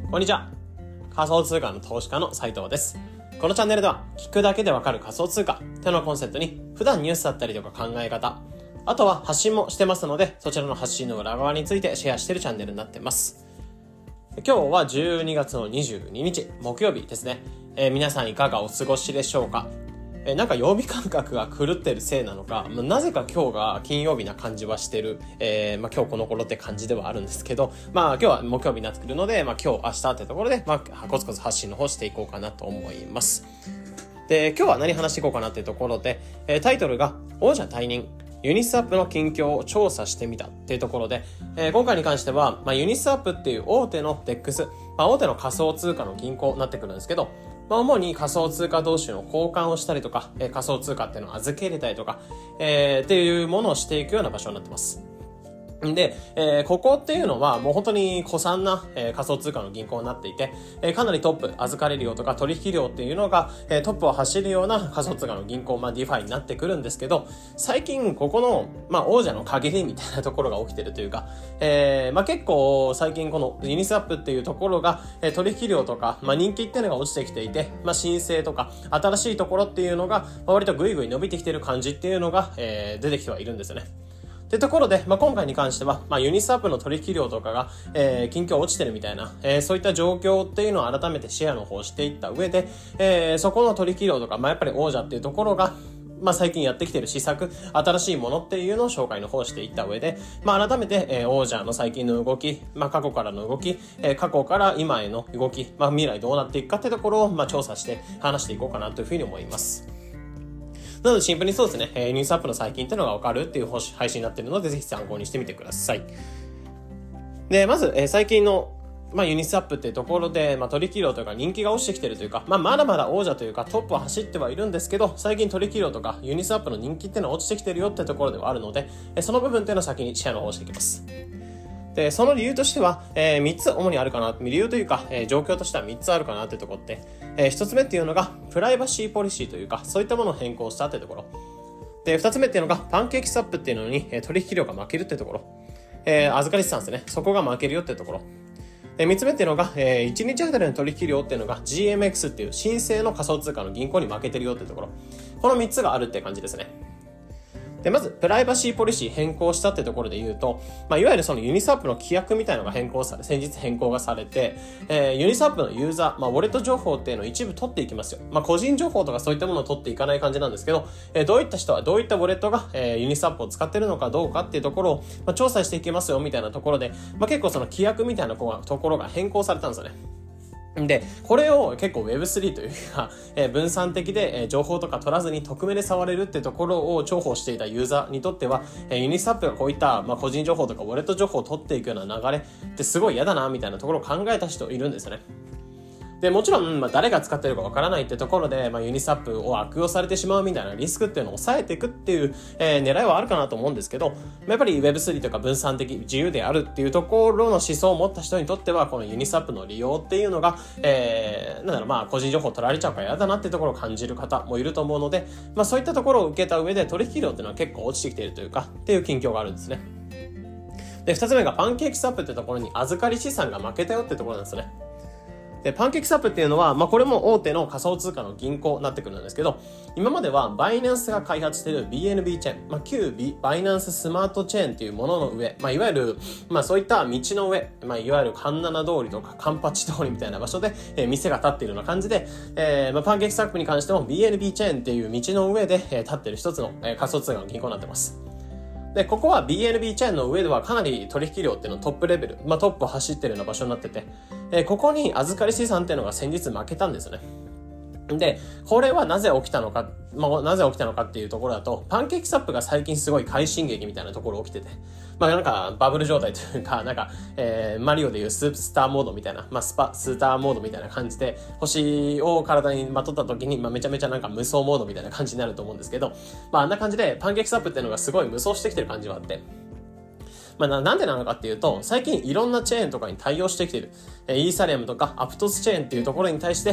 こんにちは。仮想通貨の投資家の斉藤です。このチャンネルでは聞くだけでわかる仮想通貨というのをコンセプトに普段ニュースだったりとか考え方、あとは発信もしてますので、そちらの発信の裏側についてシェアしているチャンネルになっています。今日は12月の22日木曜日ですね。皆さんいかがお過ごしでしょうか。なんか曜日感覚が狂ってるせいなのか、なぜか今日が金曜日な感じはしてる、今日この頃って感じではあるんですけど、今日は木曜日になってくるので、今日明日ってところで、コツコツ発信の方していこうかなと思います。で、今日は何話していこうかなっていうところで、タイトルが王者退任ユニスワップの近況を調査してみたっていうところで、今回に関しては、ユニスワップっていう大手の DEX、大手の仮想通貨の銀行になってくるんですけど、主に仮想通貨同士の交換をしたりとか、仮想通貨っていうのを預け入れたりとか、っていうものをしていくような場所になってます。で、ここっていうのはもう本当に古参な、仮想通貨の銀行になっていて、かなりトップ、預かり量とか取引量っていうのが、トップを走るような仮想通貨の銀行、ディファイになってくるんですけど、最近ここの、王者の限りみたいなところが起きてるというか、結構最近このユニスワップっていうところが、取引量とか、人気っていうのが落ちてきていて、申請とか新しいところっていうのが、割とグイグイ伸びてきてる感じっていうのが、出てきてはいるんですよね。ってところで、今回に関しては、ユニスワップの取引量とかが、近況落ちてるみたいな、そういった状況っていうのを改めてシェアの方していった上で、そこの取引量とか、やっぱり王者っていうところが、最近やってきてる施策、新しいものっていうのを紹介の方していった上で、改めて、王者の最近の動き、過去からの動き、過去から今への動き、未来どうなっていくかってところを、調査して話していこうかなというふうに思います。なのでシンプルにそうですね、ニュースアップの最近っていうのがわかるっていう配信になっているので、ぜひ参考にしてみてください。で、まず、最近のユニスワップっていうところで、取引量というか人気が落ちてきてるというか、まだまだ王者というかトップは走ってはいるんですけど、最近取引量とかユニスワップの人気っていうのは落ちてきてるよってところではあるので、その部分っていうのを先にシェアの方していきます。で、その理由としては、3つ主にあるかな、理由というか、状況としては3つあるかなっていうところで、1つ目っていうのが、プライバシーポリシーというか、そういったものを変更したっていうところ。で、2つ目っていうのが、パンケーキスワップっていうのに、取引量が負けるっていうところ。預かり資産ですね。そこが負けるよっていうところ。3つ目っていうのが、1日あたりの取引量っていうのが GMX っていう新生の仮想通貨の銀行に負けてるよっていうところ。この3つがあるって感じですね。で、まず、プライバシーポリシー変更したってところで言うと、いわゆるそのユニスワップの規約みたいなのが先日変更がされて、ユニスワップのユーザー、ウォレット情報っていうのを一部取っていきますよ。個人情報とかそういったものを取っていかない感じなんですけど、どういった人はどういったウォレットが、ユニスワップを使っているのかどうかっていうところを、調査していきますよみたいなところで、結構その規約みたいなところが変更されたんですよね。で、これを結構 Web3 というか、分散的で情報とか取らずに匿名で触れるってところを重宝していたユーザーにとっては、ユニスワップがこういった個人情報とかウォレット情報を取っていくような流れってすごい嫌だなみたいなところを考えた人いるんですよね。で、もちろん、誰が使ってるかわからないってところで、ユニスワップを悪用されてしまうみたいなリスクっていうのを抑えていくっていう、狙いはあるかなと思うんですけど、やっぱり Web3 とか分散的、自由であるっていうところの思想を持った人にとっては、このユニスワップの利用っていうのが、個人情報取られちゃうから嫌だなっていうところを感じる方もいると思うので、そういったところを受けた上で取引量っていうのは結構落ちてきているというか、っていう近況があるんですね。で、2つ目がパンケーキスワップってところに預かり資産が負けたよってところなんですね。で、パンケーキスワップっていうのは、これも大手の仮想通貨の銀行になってくるんですけど、今まではバイナンスが開発している BNB チェーン、旧バイナンススマートチェーンっていうものの上、いわゆる、そういった道の上、いわゆるカンナナ通りとかカンパチ通りみたいな場所で、店が立っているような感じで、パンケーキスワップに関しても BNB チェーンっていう道の上で、立っている一つの、仮想通貨の銀行になってます。で、ここは BNB チェーンの上ではかなり取引量っていうのトップレベル、トップを走ってるような場所になってて、ここに預かり資産っていうのが先日負けたんですよね。で、これはなぜ起きたのかっていうところだと、パンケーキスワップが最近すごい快進撃みたいなところ起きてて、バブル状態というか、マリオでいうスーターモードみたいな、スターモードみたいな感じで、星を体にまとった時に、めちゃめちゃ無双モードみたいな感じになると思うんですけど、あんな感じでパンケーキスワップっていうのがすごい無双してきてる感じはあって、なんでなのかっていうと、最近いろんなチェーンとかに対応してきている。イーサリアムとかアプトスチェーンっていうところに対して、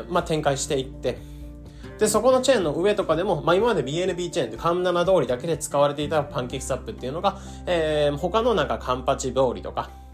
展開していって、で、そこのチェーンの上とかでも、今まで BNB チェーンってカンナナ通りだけで使われていたパンケーキスワップっていうのが、他のカンパチ通りとか、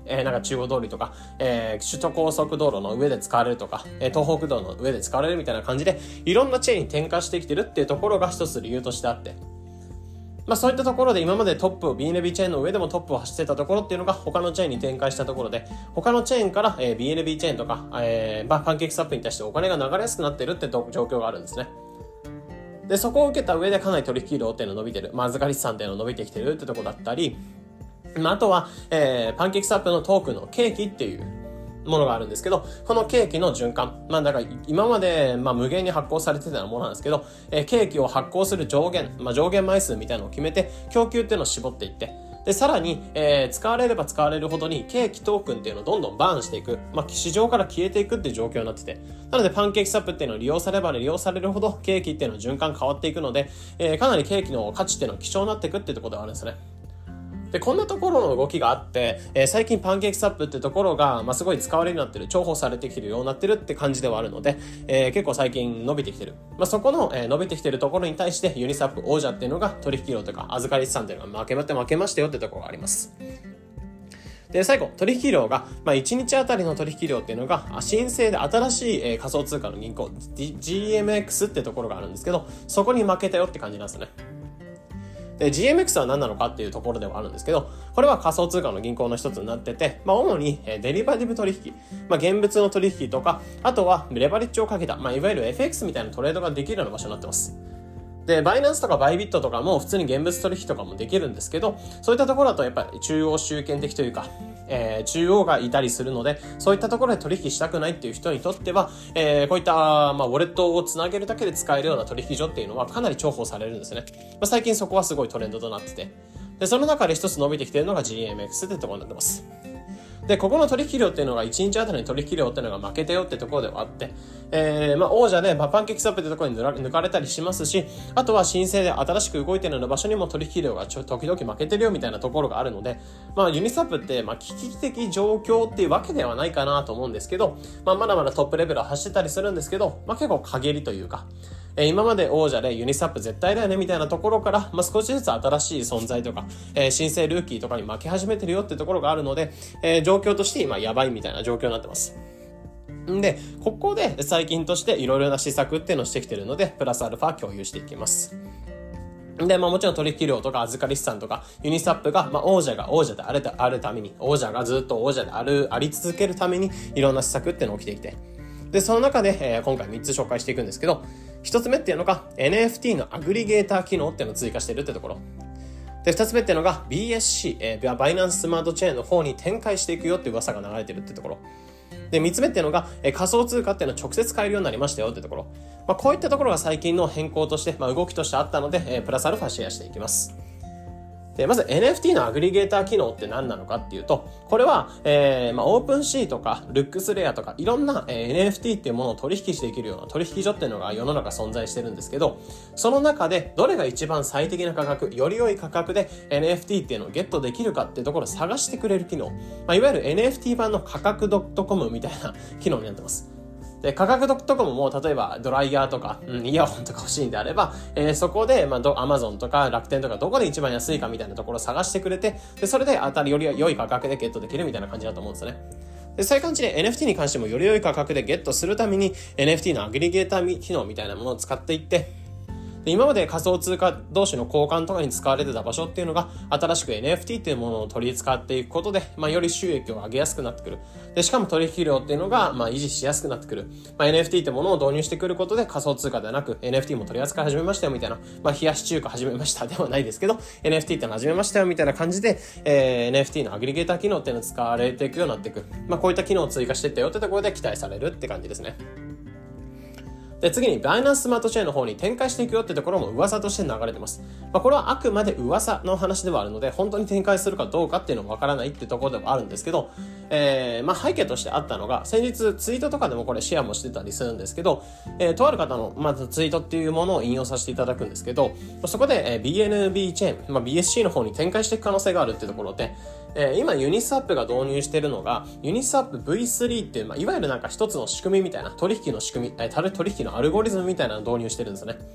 なんか中央通りとか、首都高速道路の上で使われるとか、東北道の上で使われるみたいな感じで、いろんなチェーンに転化してきてるっていうところが一つ理由としてあって、そういったところで今までトップを BNB チェーンの上でもトップを走ってたところっていうのが他のチェーンに展開したところで、他のチェーンから、BNB チェーンとか、パンケーキスワップに対してお金が流れやすくなってるって状況があるんですね。で、そこを受けた上でかなり取引量っていうの伸びてる。預かり資産っていうの伸びてきてるってとこだったり、あとは、パンケーキスワップのトークンのケーキっていうものがあるんですけど、このケーキの循環。だから今まで、無限に発行されてたようなものなんですけど、ケーキを発行する上限、上限枚数みたいなのを決めて、供給っていうのを絞っていって、で、さらに、使われれば使われるほどにケーキトークンっていうのをどんどんバーンしていく。市場から消えていくっていう状況になってて。なので、パンケーキスワップっていうのを利用されれば利用されるほど、ケーキっていうのの循環変わっていくので、かなりケーキの価値っていうのは貴重になっていくっていうところではあるんですね。で、こんなところの動きがあって、最近パンケーキスワップってところが、すごい使われるようになってる、重宝されてきてるようになってるって感じではあるので、結構最近伸びてきてる。そこの、伸びてきてるところに対して、ユニスワップ王者っていうのが取引量とか預かり資産っていうのが負けましたよってところがあります。で、最後、取引量が、1日あたりの取引量っていうのが、申請で新しい、仮想通貨の銀行、GMX ってところがあるんですけど、そこに負けたよって感じなんですね。で、GMX は何なのかっていうところではあるんですけど、これは仮想通貨の銀行の一つになってて、主にデリバティブ取引、現物の取引とか、あとはレバレッジをかけた、いわゆる FX みたいなトレードができるような場所になってます。で、バイナンスとかバイビットとかも普通に現物取引とかもできるんですけど、そういったところだとやっぱり中央集権的というか、中央がいたりするので、そういったところで取引したくないっていう人にとっては、こういった、ウォレットをつなげるだけで使えるような取引所っていうのはかなり重宝されるんですね。最近そこはすごいトレンドとなってて。で、その中で一つ伸びてきているのが GMX ってところになってます。で、ここの取引量っていうのが1日あたりの取引量っていうのが負けたよってところではあって、王者で、パンケーキスワップってところに抜かれたりしますし、あとは申請で新しく動いているような場所にも取引量が時々負けてるよみたいなところがあるので、ユニスワップって、危機的状況っていうわけではないかなと思うんですけど、まだまだトップレベルを走ってたりするんですけど、結構陰りというか、今まで王者でユニスワップ絶対だよねみたいなところから、少しずつ新しい存在とか、新生ルーキーとかに負け始めてるよってところがあるので、状況として今やばいみたいな状況になってます。で、ここで最近としていろいろな施策っていうのをしてきてるので、プラスアルファ共有していきます。で、もちろん取引量とか預かり資産とか、ユニスワップが、王者が王者であるために、王者がずっと王者であり続けるために、いろんな施策っていうのが起きてきて、で、その中で、今回3つ紹介していくんですけど、1つ目っていうのが NFT のアグリゲーター機能っていうのを追加しているってところ。で、2つ目っていうのが BSC、バイナンススマートチェーンの方に展開していくよって噂が流れてるってところ。で、3つ目っていうのが、仮想通貨っていうのを直接買えるようになりましたよってところ。こういったところが最近の変更として、動きとしてあったので、プラスアルファシェアしていきます。で、まず NFT のアグリゲーター機能って何なのかっていうと、これは、オープンシーとか、ルックスレアとか、いろんな、NFT っていうものを取引していけるような取引所っていうのが世の中存在してるんですけど、その中でどれが一番最適な価格、より良い価格で NFT っていうのをゲットできるかっていうところを探してくれる機能。いわゆる NFT 版の価格 .com みたいな機能になってます。で、価格.comも例えばドライヤーとか、イヤホンとか欲しいんであれば、そこで、Amazon とか楽天とかどこで一番安いかみたいなところを探してくれて、で、それでより良い価格でゲットできるみたいな感じだと思うんですよね。で、そういう感じで NFT に関してもより良い価格でゲットするために NFT のアグリゲーター機能みたいなものを使っていって、で、今まで仮想通貨同士の交換とかに使われてた場所っていうのが、新しく NFT っていうものを取り使っていくことで、より収益を上げやすくなってくる。で、しかも取引量っていうのが、維持しやすくなってくる。NFT ってものを導入してくることで仮想通貨ではなく NFT も取り扱い始めましたよみたいな、冷やし中華始めましたではないですけど、NFT っての始めましたよみたいな感じで、NFT のアグリゲーター機能っていうのを使われていくようになっていく。こういった機能を追加していったよってところで期待されるって感じですね。で、次にバイナンススマートチェーンの方に展開していくよってところも噂として流れてます。これはあくまで噂の話ではあるので、本当に展開するかどうかっていうのもわからないってところではあるんですけど、背景としてあったのが、先日ツイートとかでもこれシェアもしてたりするんですけど、とある方の、ツイートっていうものを引用させていただくんですけど、そこで、BNB チェーン、BSC の方に展開していく可能性があるってところで、今ユニスワップが導入しているのが、ユニスワップ V3 っていう、いわゆるなんか一つの仕組みみたいな、取引の仕組み、取引のアルゴリズムみたいなのを導入してるんですね。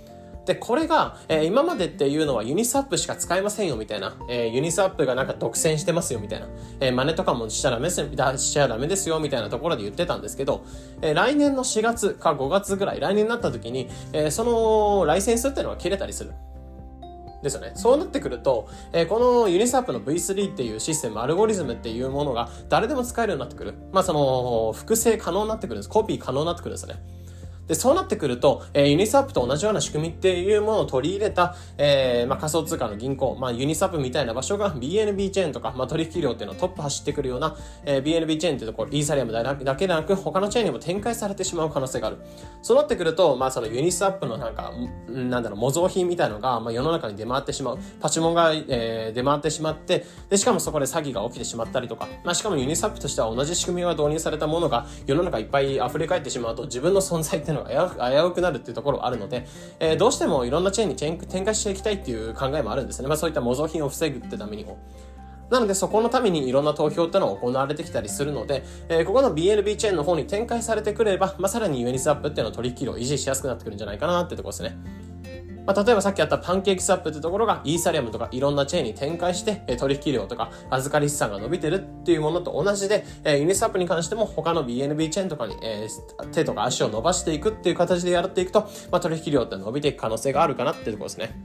で、これが、今までっていうのはユニスワップしか使えませんよみたいな、ユニスワップがなんか独占してますよみたいな、真似とかもしちゃダメですよみたいなところで言ってたんですけど、来年の4月か5月ぐらい、来年になった時に、そのライセンスっていうのは切れたりする。ですよね。そうなってくると、このユニスワップの V3 っていうシステム、アルゴリズムっていうものが誰でも使えるようになってくる。複製可能になってくるんです。コピー可能になってくるんですよね。で、そうなってくると、ユニスワップと同じような仕組みっていうものを取り入れた、仮想通貨の銀行、ユニスワップみたいな場所が BNB チェーンとか、取引量っていうのをトップ走ってくるような、BNB チェーンっていうところ、イーサリアムだけでなく、他のチェーンにも展開されてしまう可能性がある。そうなってくると、そのユニスワップの模造品みたいなのが、世の中に出回ってしまう。パチモンが、出回ってしまって、で、しかもそこで詐欺が起きてしまったりとか、しかもユニスワップとしては同じ仕組みが導入されたものが世の中いっぱい溢れ返ってしまうと、自分の存在っていうのが危うくなるっていうところがあるので、どうしてもいろんなチェーンに展開していきたいっていう考えもあるんですね。そういった模造品を防ぐってためにも。なのでそこのためにいろんな投票ってのが行われてきたりするので、ここの BNB チェーンの方に展開されてくれば、さらにユニスワップっていうのを取引量を維持しやすくなってくるんじゃないかなっていうところですね。例えばさっきあったパンケーキスワップってところがイーサリアムとかいろんなチェーンに展開して取引量とか預かり資産が伸びてるっていうものと同じで、ユニスワップに関しても他の BNB チェーンとかに手とか足を伸ばしていくっていう形でやっていくと、取引量って伸びていく可能性があるかなっていうところですね。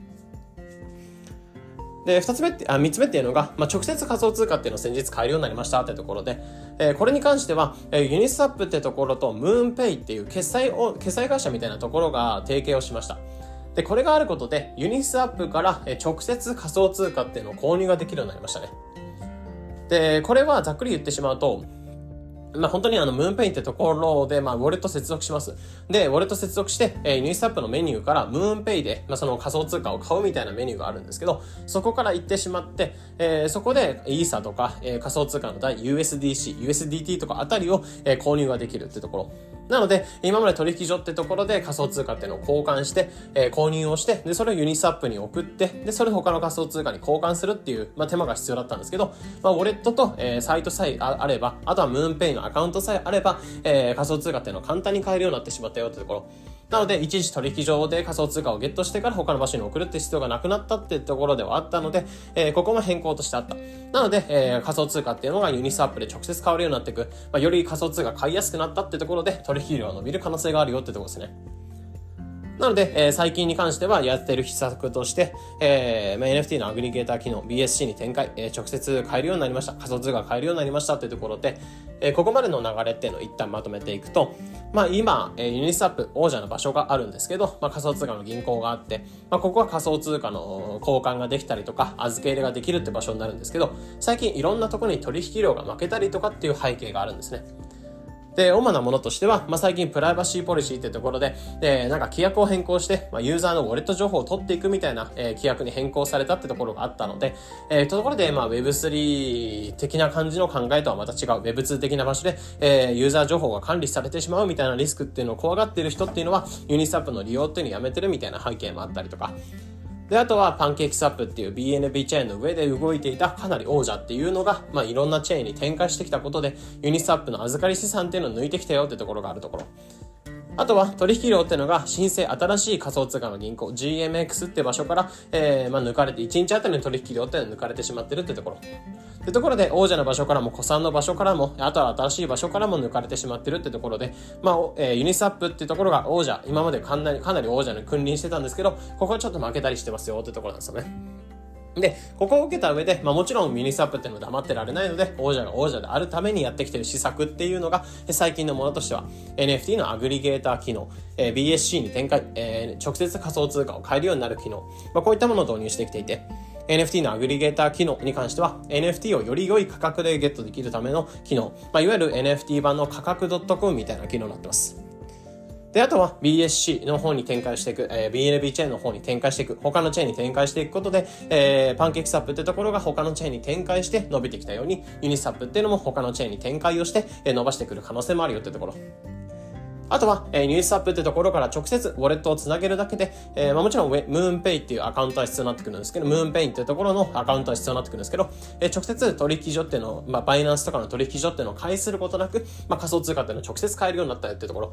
で、3つ目っていうのが、直接仮想通貨っていうのを先日買えるようになりましたってところで、これに関しては、ユニスワップってところとムーンペイっていう決済会社みたいなところが提携をしました。で、これがあることで、ユニスワップから直接仮想通貨っていうのを購入ができるようになりましたね。で、これはざっくり言ってしまうと、本当にムーンペイってところで、ウォレット接続します。で、ウォレット接続して、ユニスワップのメニューからムーンペイで、その仮想通貨を買うみたいなメニューがあるんですけど、そこから行ってしまって、そこでイーサとか、仮想通貨のUSDT とかあたりを、購入ができるってところ。なので、今まで取引所ってところで仮想通貨っていうのを交換して、購入をして、で、それをユニスワップに送って、で、それを他の仮想通貨に交換するっていう、手間が必要だったんですけど、ウォレットと、サイトさえあれば、あとはムーンペイのアカウントさえあれば、仮想通貨っていうのを簡単に買えるようになってしまったよってところ。なので、一時取引所で仮想通貨をゲットしてから他の場所に送るって必要がなくなったってところではあったので、ここも変更としてあった。なので、仮想通貨っていうのがユニスワップで直接買えるようになっていく。より仮想通貨買いやすくなったってところで取引量が伸びる可能性があるよってところですね。なので、最近に関してはやっている施策として、NFT のアグリゲーター機能 BSC に展開、直接買えるようになりました。仮想通貨買えるようになりましたっていうところで、ここまでの流れっていうのを一旦まとめていくと、今、ユニスワップ王者の場所があるんですけど、仮想通貨の銀行があって、ここは仮想通貨の交換ができたりとか、預け入れができるって場所になるんですけど、最近いろんなところに取引量が負けたりとかっていう背景があるんですね。で、主なものとしては、最近プライバシーポリシーってところで、規約を変更して、ユーザーのウォレット情報を取っていくみたいな、規約に変更されたってところがあったので、ところで、Web3 的な感じの考えとはまた違う Web2 的な場所で、ユーザー情報が管理されてしまうみたいなリスクっていうのを怖がっている人っていうのは、ユニスワップの利用っていうのをやめてるみたいな背景もあったりとか、で、あとはパンケーキスワップっていう BNB チェーンの上で動いていたかなり王者っていうのが、いろんなチェーンに展開してきたことで、ユニスワップの預かり資産っていうのを抜いてきたよってところがあるところ。あとは取引量っていうのが新しい仮想通貨の銀行 GMX って場所から、抜かれて1日あたりの取引量っていうのが抜かれてしまってるってところ。ってところで王者の場所からも古参の場所からも、あとは新しい場所からも抜かれてしまってるってところで、ユニスワップってところが王者、今までかなり王者に君臨してたんですけど、ここはちょっと負けたりしてますよってところなんですよね。で、ここを受けた上で、もちろんユニスワップっていうのは黙ってられないので、王者が王者であるためにやってきている施策っていうのが、最近のものとしては、NFT のアグリゲーター機能、BSC に展開、直接仮想通貨を買えるようになる機能、こういったものを導入してきていて、NFT のアグリゲーター機能に関しては NFT をより良い価格でゲットできるための機能、いわゆる NFT 版の価格 .com みたいな機能になってます。で、あとは BSC の方に展開していく、BNB チェーンの方に展開していく、他のチェーンに展開していくことで、パンケーキスワップってところが他のチェーンに展開して伸びてきたように、ユニスワップっていうのも他のチェーンに展開をして、伸ばしてくる可能性もあるよってところ。あとは、ユニスワップってところから直接ウォレットをつなげるだけで、もちろんムーンペイっていうアカウントは必要になってくるんですけど、ムーンペイっていうところのアカウントは必要になってくるんですけど、直接取引所っていうのを、バイナンスとかの取引所っていうのを介することなく、仮想通貨っていうのを直接買えるようになったよっていうところ。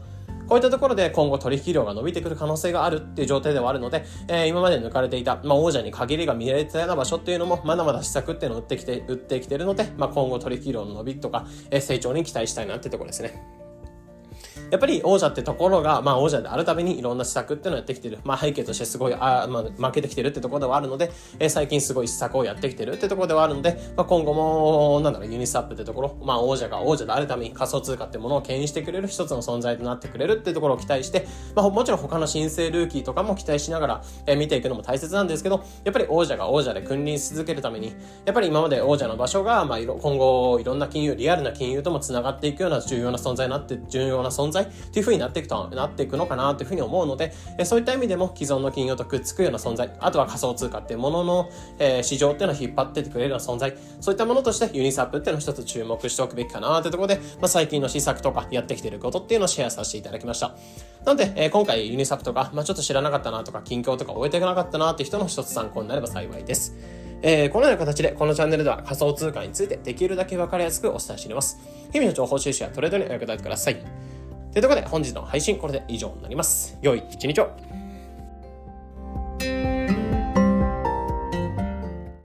こういったところで今後取引量が伸びてくる可能性があるっていう状態ではあるので、今まで抜かれていた、王者に限りが見られていたような場所っていうのも、まだまだ施策っていうのを打ってきているので、今後取引量の伸びとか、成長に期待したいなってところですね。やっぱり王者ってところが、王者であるためにいろんな施策っていうのをやってきてる。背景としてすごい、負けてきてるってところではあるので、最近すごい施策をやってきてるってところではあるので、今後も、ユニスワップってところ、王者が王者であるために仮想通貨ってものを牽引してくれる一つの存在となってくれるってところを期待して、もちろん他の新生ルーキーとかも期待しながら、見ていくのも大切なんですけど、やっぱり王者が王者で君臨し続けるために、やっぱり今まで王者の場所が、今後いろんな金融、リアルな金融とも繋がっていくような重要な存在っていう風になっていくのかなというふうに思うので、そういった意味でも既存の金融とくっつくような存在、あとは仮想通貨っていうものの、市場っていうのを引っ張ってってくれるような存在、そういったものとしてユニスワップっていうのを一つ注目しておくべきかなというところで、最近の施策とかやってきていることっていうのをシェアさせていただきました。なので、今回ユニスワップとか、ちょっと知らなかったなとか、近況とか終えていかなかったなっていう人の一つ参考になれば幸いです。このような形でこのチャンネルでは仮想通貨についてできるだけ分かりやすくお伝えしています。日々の情報収集やトレードにお役立てください。というところで本日の配信これで以上になります。良い一日を。